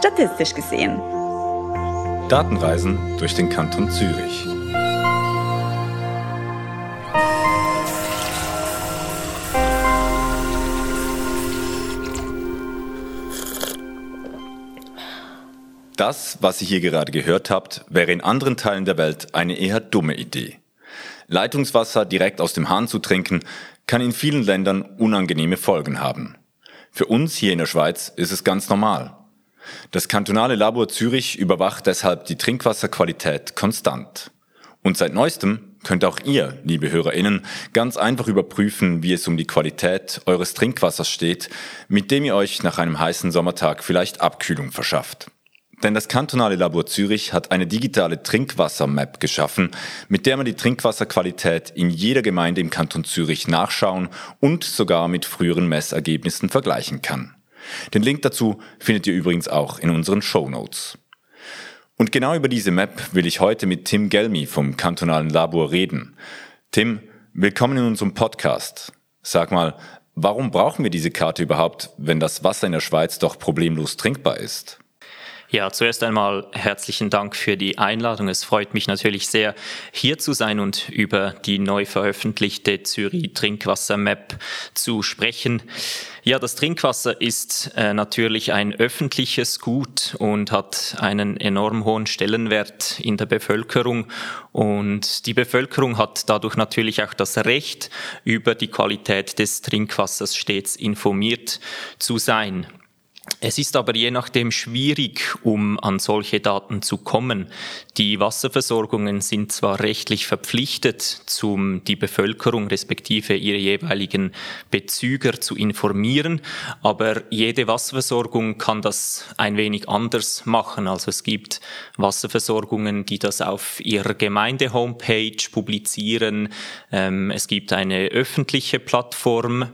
statistisch gesehen. Datenreisen durch den Kanton Zürich. Das, was ihr hier gerade gehört habt, wäre in anderen Teilen der Welt eine eher dumme Idee. Leitungswasser direkt aus dem Hahn zu trinken, kann in vielen Ländern unangenehme Folgen haben. Für uns hier in der Schweiz ist es ganz normal. Das kantonale Labor Zürich überwacht deshalb die Trinkwasserqualität konstant. Und seit neuestem könnt auch ihr, liebe HörerInnen, ganz einfach überprüfen, wie es um die Qualität eures Trinkwassers steht, mit dem ihr euch nach einem heißen Sommertag vielleicht Abkühlung verschafft. Denn das kantonale Labor Zürich hat eine digitale Trinkwasser-Map geschaffen, mit der man die Trinkwasserqualität in jeder Gemeinde im Kanton Zürich nachschauen und sogar mit früheren Messergebnissen vergleichen kann. Den Link dazu findet ihr übrigens auch in unseren Shownotes. Und genau über diese Map will ich heute mit Tim Gelmi vom kantonalen Labor reden. Tim, willkommen in unserem Podcast. Sag mal, warum brauchen wir diese Karte überhaupt, wenn das Wasser in der Schweiz doch problemlos trinkbar ist? Ja, zuerst einmal herzlichen Dank für die Einladung. Es freut mich natürlich sehr, hier zu sein und über die neu veröffentlichte Zürich Trinkwasser Map zu sprechen. Ja, das Trinkwasser ist natürlich ein öffentliches Gut und hat einen enorm hohen Stellenwert in der Bevölkerung. Und die Bevölkerung hat dadurch natürlich auch das Recht, über die Qualität des Trinkwassers stets informiert zu sein. Es ist aber je nachdem schwierig, um an solche Daten zu kommen. Die Wasserversorgungen sind zwar rechtlich verpflichtet, die Bevölkerung respektive ihre jeweiligen Bezüger zu informieren, aber jede Wasserversorgung kann das ein wenig anders machen. Also es gibt Wasserversorgungen, die das auf ihrer Gemeinde-Homepage publizieren. Es gibt eine öffentliche Plattform,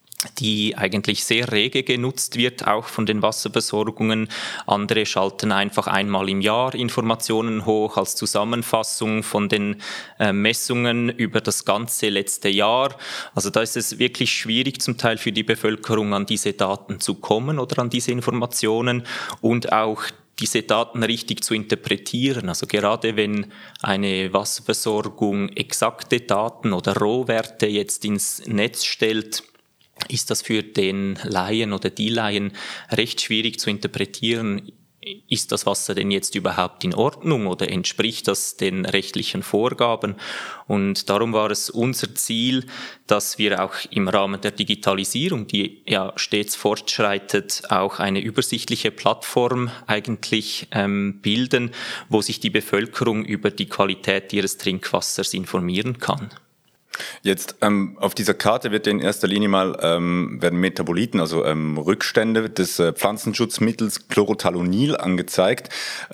die eigentlich sehr rege genutzt wird, auch von den Wasserversorgungen. Andere schalten einfach einmal im Jahr Informationen hoch als Zusammenfassung von den Messungen über das ganze letzte Jahr. Also da ist es wirklich schwierig zum Teil für die Bevölkerung an diese Daten zu kommen oder an diese Informationen und auch diese Daten richtig zu interpretieren. Also gerade wenn eine Wasserversorgung exakte Daten oder Rohwerte jetzt ins Netz stellt, ist das für den Laien oder die Laien recht schwierig zu interpretieren. Ist das Wasser denn jetzt überhaupt in Ordnung oder entspricht das den rechtlichen Vorgaben? Und darum war es unser Ziel, dass wir auch im Rahmen der Digitalisierung, die ja stets fortschreitet, auch eine übersichtliche Plattform eigentlich bilden, wo sich die Bevölkerung über die Qualität ihres Trinkwassers informieren kann. Jetzt auf dieser Karte wird in erster Linie mal werden Metaboliten, also Rückstände des Pflanzenschutzmittels Chlorothalonil angezeigt.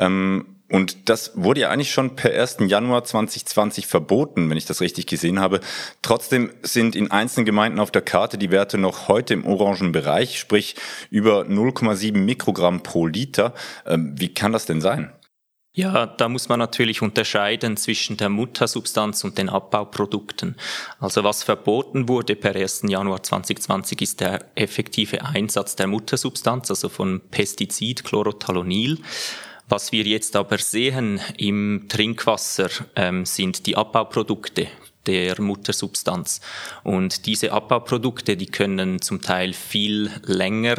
Und das wurde ja eigentlich schon per 1. Januar 2020 verboten, wenn ich das richtig gesehen habe. Trotzdem sind in einzelnen Gemeinden auf der Karte die Werte noch heute im orangen Bereich, sprich über 0,7 Mikrogramm pro Liter. Wie kann das denn sein? Ja, da muss man natürlich unterscheiden zwischen der Muttersubstanz und den Abbauprodukten. Also was verboten wurde per 1. Januar 2020 ist der effektive Einsatz der Muttersubstanz, also von Pestizid Chlorothalonil. Was wir jetzt aber sehen im Trinkwasser sind die Abbauprodukte der Muttersubstanz. Und diese Abbauprodukte, die können zum Teil viel länger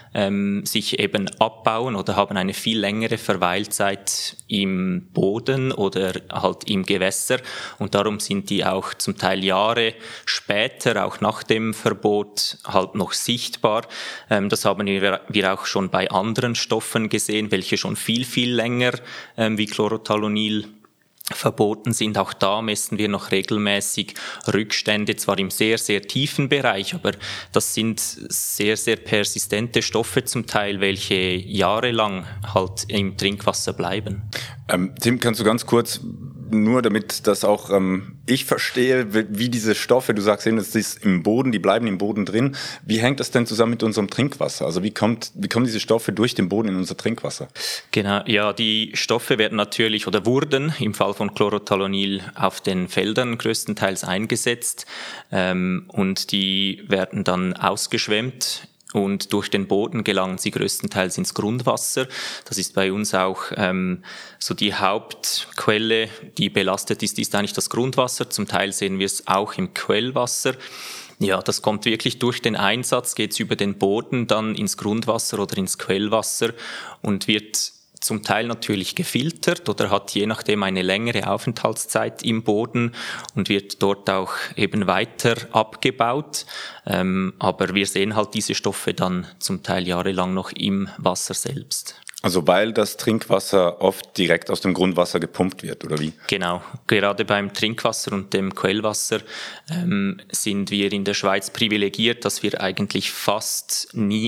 sich eben abbauen oder haben eine viel längere Verweilzeit im Boden oder halt im Gewässer. Und darum sind die auch zum Teil Jahre später, auch nach dem Verbot, halt noch sichtbar. Das haben wir auch schon bei anderen Stoffen gesehen, welche schon viel, viel länger wie Chlorothalonil verboten sind. Auch da messen wir noch regelmäßig Rückstände, zwar im sehr, sehr tiefen Bereich, aber das sind sehr, sehr persistente Stoffe zum Teil, welche jahrelang halt im Trinkwasser bleiben. Tim, kannst du ganz kurz, nur damit das auch ich verstehe, wie diese Stoffe, du sagst eben, das ist im Boden, die bleiben im Boden drin. Wie hängt das denn zusammen mit unserem Trinkwasser? Also wie kommen diese Stoffe durch den Boden in unser Trinkwasser? Genau, ja, die Stoffe werden natürlich oder wurden im Fall von Chlorothalonil auf den Feldern größtenteils eingesetzt und die werden dann ausgeschwemmt und durch den Boden gelangen sie größtenteils ins Grundwasser. Das ist bei uns auch so die Hauptquelle, die belastet ist eigentlich das Grundwasser. Zum Teil sehen wir es auch im Quellwasser. Ja, das kommt wirklich durch den Einsatz, geht es über den Boden dann ins Grundwasser oder ins Quellwasser und wird zum Teil natürlich gefiltert oder hat je nachdem eine längere Aufenthaltszeit im Boden und wird dort auch eben weiter abgebaut. Aber wir sehen halt diese Stoffe dann zum Teil jahrelang noch im Wasser selbst. Also weil das Trinkwasser oft direkt aus dem Grundwasser gepumpt wird, oder wie? Genau, gerade beim Trinkwasser und dem Quellwasser sind wir in der Schweiz privilegiert, dass wir eigentlich fast nie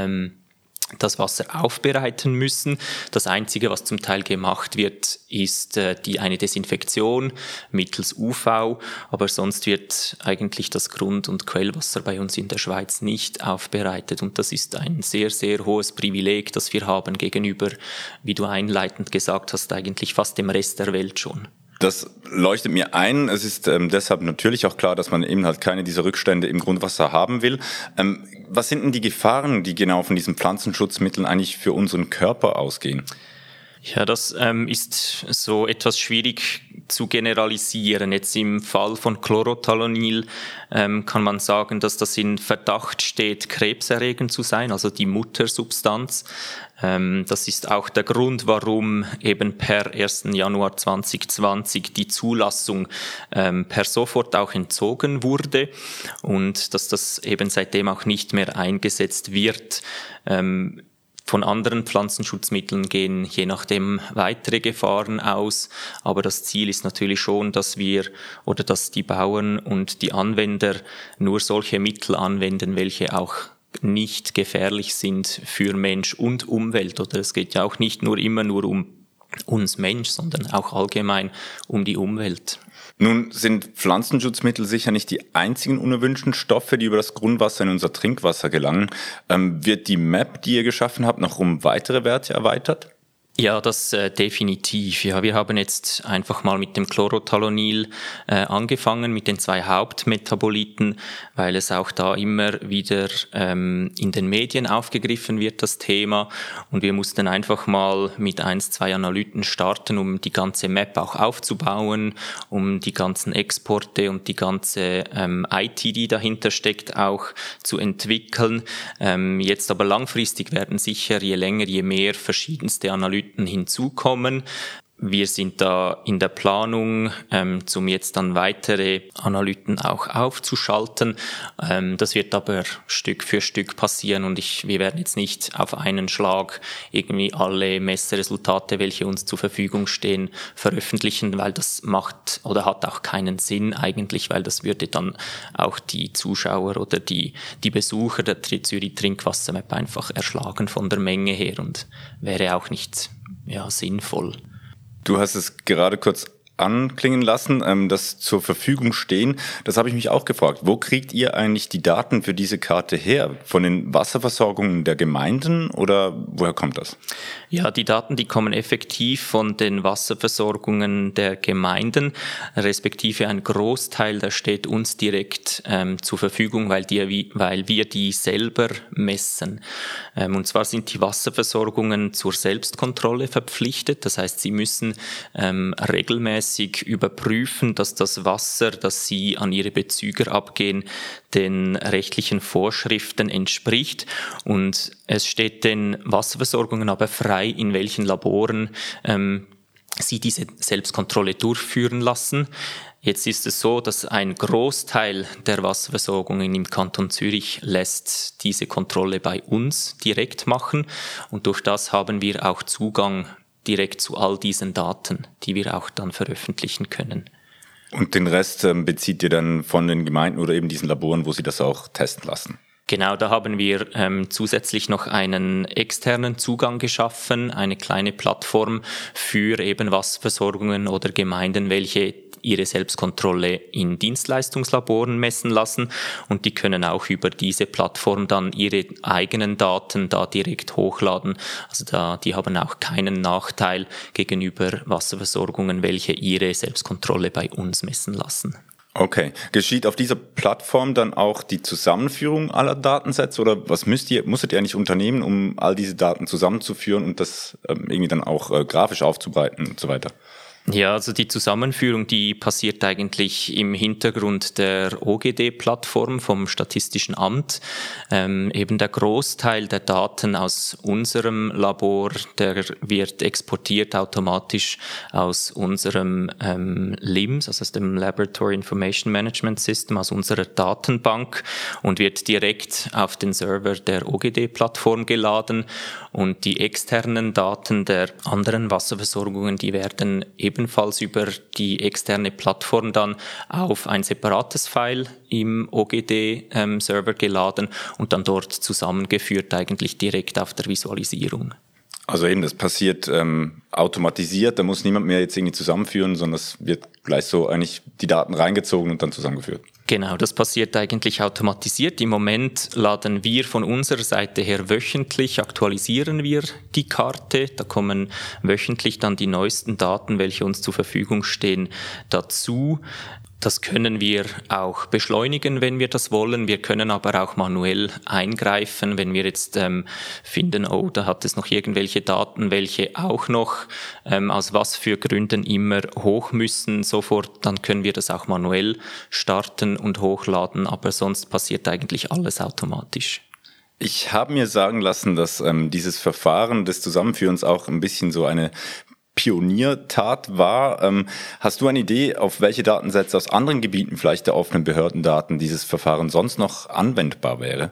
das Wasser aufbereiten müssen. Das Einzige, was zum Teil gemacht wird, ist eine Desinfektion mittels UV, aber sonst wird eigentlich das Grund- und Quellwasser bei uns in der Schweiz nicht aufbereitet und das ist ein sehr, sehr hohes Privileg, das wir haben gegenüber, wie du einleitend gesagt hast, eigentlich fast dem Rest der Welt schon. Das leuchtet mir ein. Es ist deshalb natürlich auch klar, dass man eben halt keine dieser Rückstände im Grundwasser haben will. Was sind denn die Gefahren, die genau von diesen Pflanzenschutzmitteln eigentlich für unseren Körper ausgehen? Ja, das ist so etwas schwierig zu generalisieren. Jetzt im Fall von Chlorothalonil kann man sagen, dass das in Verdacht steht, krebserregend zu sein, also die Muttersubstanz. Das ist auch der Grund, warum eben per 1. Januar 2020 die Zulassung per sofort auch entzogen wurde und dass das eben seitdem auch nicht mehr eingesetzt wird. Von anderen Pflanzenschutzmitteln gehen je nachdem weitere Gefahren aus, aber das Ziel ist natürlich schon, dass die Bauern und die Anwender nur solche Mittel anwenden, welche auch nicht gefährlich sind für Mensch und Umwelt. Oder es geht ja auch nicht immer nur um uns Mensch, sondern auch allgemein um die Umwelt. Nun sind Pflanzenschutzmittel sicher nicht die einzigen unerwünschten Stoffe, die über das Grundwasser in unser Trinkwasser gelangen. Wird die Map, die ihr geschaffen habt, noch um weitere Werte erweitert? Ja, das definitiv. Ja, wir haben jetzt einfach mal mit dem Chlorothalonil angefangen, mit den 2 Hauptmetaboliten, weil es auch da immer wieder in den Medien aufgegriffen wird, das Thema. Und wir mussten einfach mal mit 1-2 Analyten starten, um die ganze Map auch aufzubauen, um die ganzen Exporte und die ganze IT, die dahinter steckt, auch zu entwickeln. Jetzt aber langfristig werden sicher je länger, je mehr verschiedenste Analyten hinzukommen. Wir sind da in der Planung, um jetzt dann weitere Analyten auch aufzuschalten. Das wird aber Stück für Stück passieren und wir werden jetzt nicht auf einen Schlag irgendwie alle Messresultate, welche uns zur Verfügung stehen, veröffentlichen, weil das macht oder hat auch keinen Sinn eigentlich, weil das würde dann auch die Zuschauer oder die Besucher der Zürich Trinkwasser Map einfach erschlagen von der Menge her und wäre auch nicht sinnvoll. Du hast es gerade kurz anklingen lassen, das zur Verfügung stehen. Das habe ich mich auch gefragt. Wo kriegt ihr eigentlich die Daten für diese Karte her? Von den Wasserversorgungen der Gemeinden oder woher kommt das? Ja, die Daten, die kommen effektiv von den Wasserversorgungen der Gemeinden, respektive ein Großteil, der steht uns direkt zur Verfügung, weil wir die selber messen. Und zwar sind die Wasserversorgungen zur Selbstkontrolle verpflichtet. Das heißt, sie müssen regelmäßig überprüfen, dass das Wasser, das sie an ihre Bezüger abgehen, den rechtlichen Vorschriften entspricht. Und es steht den Wasserversorgungen aber frei, in welchen Laboren sie diese Selbstkontrolle durchführen lassen. Jetzt ist es so, dass ein Großteil der Wasserversorgungen im Kanton Zürich lässt diese Kontrolle bei uns direkt machen und durch das haben wir auch Zugang direkt zu all diesen Daten, die wir auch dann veröffentlichen können. Und den Rest bezieht ihr dann von den Gemeinden oder eben diesen Laboren, wo sie das auch testen lassen? Genau, da haben wir zusätzlich noch einen externen Zugang geschaffen, eine kleine Plattform für eben Wasserversorgungen oder Gemeinden, welche ihre Selbstkontrolle in Dienstleistungslaboren messen lassen und die können auch über diese Plattform dann ihre eigenen Daten da direkt hochladen. Also die haben auch keinen Nachteil gegenüber Wasserversorgungen, welche ihre Selbstkontrolle bei uns messen lassen. Okay. Geschieht auf dieser Plattform dann auch die Zusammenführung aller Datensätze oder was musstet ihr eigentlich unternehmen, um all diese Daten zusammenzuführen und das irgendwie dann auch grafisch aufzubereiten und so weiter? Ja, also die Zusammenführung, die passiert eigentlich im Hintergrund der OGD-Plattform vom Statistischen Amt. Eben der Großteil der Daten aus unserem Labor, der wird exportiert automatisch aus unserem LIMS, also aus dem Laboratory Information Management System, aus unserer Datenbank und wird direkt auf den Server der OGD-Plattform geladen. Und die externen Daten der anderen Wasserversorgungen, die werden ebenfalls über die externe Plattform dann auf ein separates File im OGD-Server geladen und dann dort zusammengeführt, eigentlich direkt auf der Visualisierung. Also eben, das passiert automatisiert, da muss niemand mehr jetzt irgendwie zusammenführen, sondern es wird gleich so eigentlich die Daten reingezogen und dann zusammengeführt. Genau, das passiert eigentlich automatisiert. Im Moment laden wir von unserer Seite her wöchentlich, aktualisieren wir die Karte. Da kommen wöchentlich dann die neuesten Daten, welche uns zur Verfügung stehen, dazu. Das können wir auch beschleunigen, wenn wir das wollen. Wir können aber auch manuell eingreifen, wenn wir jetzt finden, oh, da hat es noch irgendwelche Daten, welche auch noch aus was für Gründen immer hoch müssen. Sofort, dann können wir das auch manuell starten und hochladen, aber sonst passiert eigentlich alles automatisch. Ich habe mir sagen lassen, dass dieses Verfahren des Zusammenführens auch ein bisschen so eine Pioniertat war. Hast du eine Idee, auf welche Datensätze aus anderen Gebieten vielleicht der offenen Behördendaten dieses Verfahren sonst noch anwendbar wäre?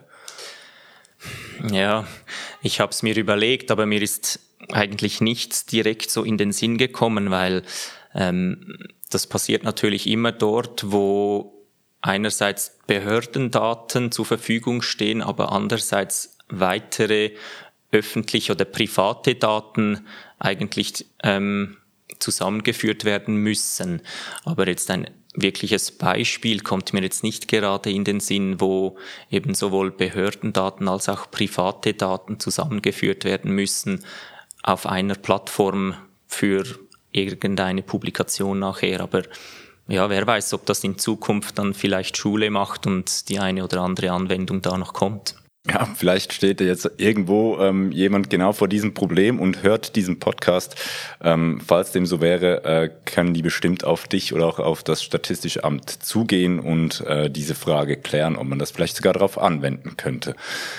Ja, ich habe es mir überlegt, aber mir ist eigentlich nichts direkt so in den Sinn gekommen, weil das passiert natürlich immer dort, wo einerseits Behördendaten zur Verfügung stehen, aber andererseits weitere öffentliche oder private Daten eigentlich zusammengeführt werden müssen. Aber jetzt ein wirkliches Beispiel kommt mir jetzt nicht gerade in den Sinn, wo eben sowohl Behördendaten als auch private Daten zusammengeführt werden müssen auf einer Plattform für irgendeine Publikation nachher. Aber ja, wer weiß, ob das in Zukunft dann vielleicht Schule macht und die eine oder andere Anwendung da noch kommt. Ja, vielleicht steht jetzt irgendwo jemand genau vor diesem Problem und hört diesen Podcast. Falls dem so wäre, können die bestimmt auf dich oder auch auf das Statistische Amt zugehen und diese Frage klären, ob man das vielleicht sogar darauf anwenden könnte.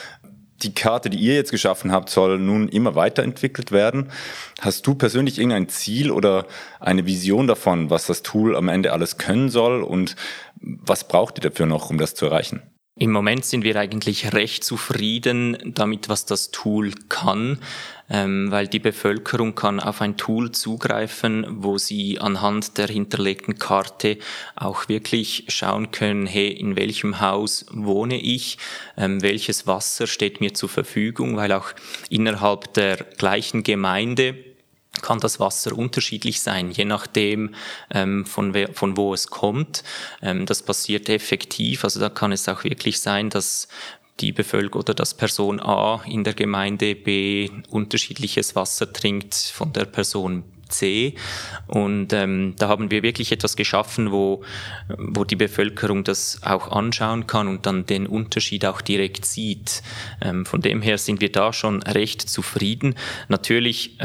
Die Karte, die ihr jetzt geschaffen habt, soll nun immer weiterentwickelt werden. Hast du persönlich irgendein Ziel oder eine Vision davon, was das Tool am Ende alles können soll und was braucht ihr dafür noch, um das zu erreichen? Im Moment sind wir eigentlich recht zufrieden damit, was das Tool kann, weil die Bevölkerung kann auf ein Tool zugreifen, wo sie anhand der hinterlegten Karte auch wirklich schauen können, hey, in welchem Haus wohne ich, welches Wasser steht mir zur Verfügung, weil auch innerhalb der gleichen Gemeinde kann das Wasser unterschiedlich sein, je nachdem von wo es kommt. Das passiert effektiv, also da kann es auch wirklich sein, dass die Bevölkerung oder dass Person A in der Gemeinde B unterschiedliches Wasser trinkt von der Person C. Und da haben wir wirklich etwas geschaffen, wo die Bevölkerung das auch anschauen kann und dann den Unterschied auch direkt sieht. Von dem her sind wir da schon recht zufrieden. Natürlich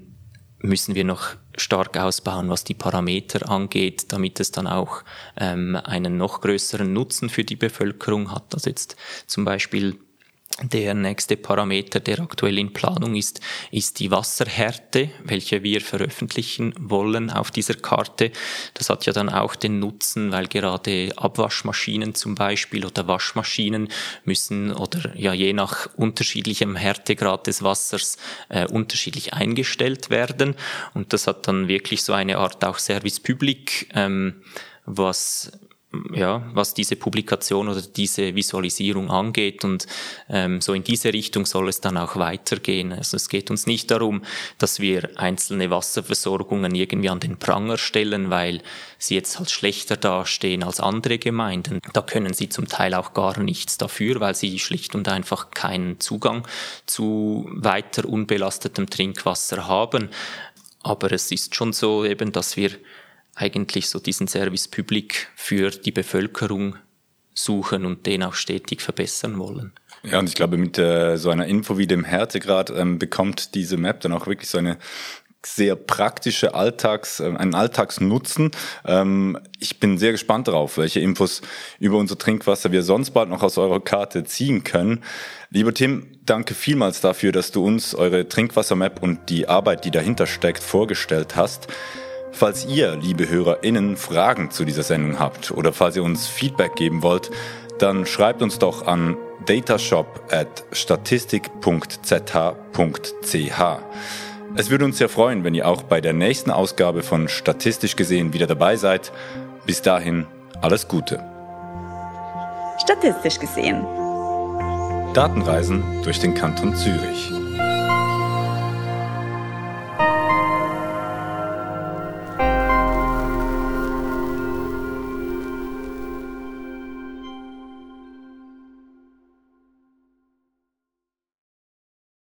müssen wir noch stark ausbauen, was die Parameter angeht, damit es dann auch einen noch größeren Nutzen für die Bevölkerung hat. Also jetzt zum Beispiel der nächste Parameter, der aktuell in Planung ist die Wasserhärte, welche wir veröffentlichen wollen auf dieser Karte. Das hat ja dann auch den Nutzen, weil gerade Abwaschmaschinen zum Beispiel oder Waschmaschinen müssen oder ja je nach unterschiedlichem Härtegrad des Wassers unterschiedlich eingestellt werden. Und das hat dann wirklich so eine Art auch Service Public, was diese Publikation oder diese Visualisierung angeht und so in diese Richtung soll es dann auch weitergehen. Also es geht uns nicht darum, dass wir einzelne Wasserversorgungen irgendwie an den Pranger stellen, weil sie jetzt halt schlechter dastehen als andere Gemeinden. Da können sie zum Teil auch gar nichts dafür, weil sie schlicht und einfach keinen Zugang zu weiter unbelastetem Trinkwasser haben. Aber es ist schon so eben, dass wir eigentlich so diesen Service Public für die Bevölkerung suchen und den auch stetig verbessern wollen. Ja, und ich glaube, mit so einer Info wie dem Härtegrad bekommt diese Map dann auch wirklich so eine sehr praktische einen Alltagsnutzen. Ich bin sehr gespannt darauf, welche Infos über unser Trinkwasser wir sonst bald noch aus eurer Karte ziehen können. Lieber Tim, danke vielmals dafür, dass du uns eure Trinkwasser-Map und die Arbeit, die dahinter steckt, vorgestellt hast. Falls ihr, liebe HörerInnen, Fragen zu dieser Sendung habt oder falls ihr uns Feedback geben wollt, dann schreibt uns doch an datashop@statistik.zh.ch. Es würde uns sehr freuen, wenn ihr auch bei der nächsten Ausgabe von Statistisch gesehen wieder dabei seid. Bis dahin, alles Gute. Statistisch gesehen. Datenreisen durch den Kanton Zürich.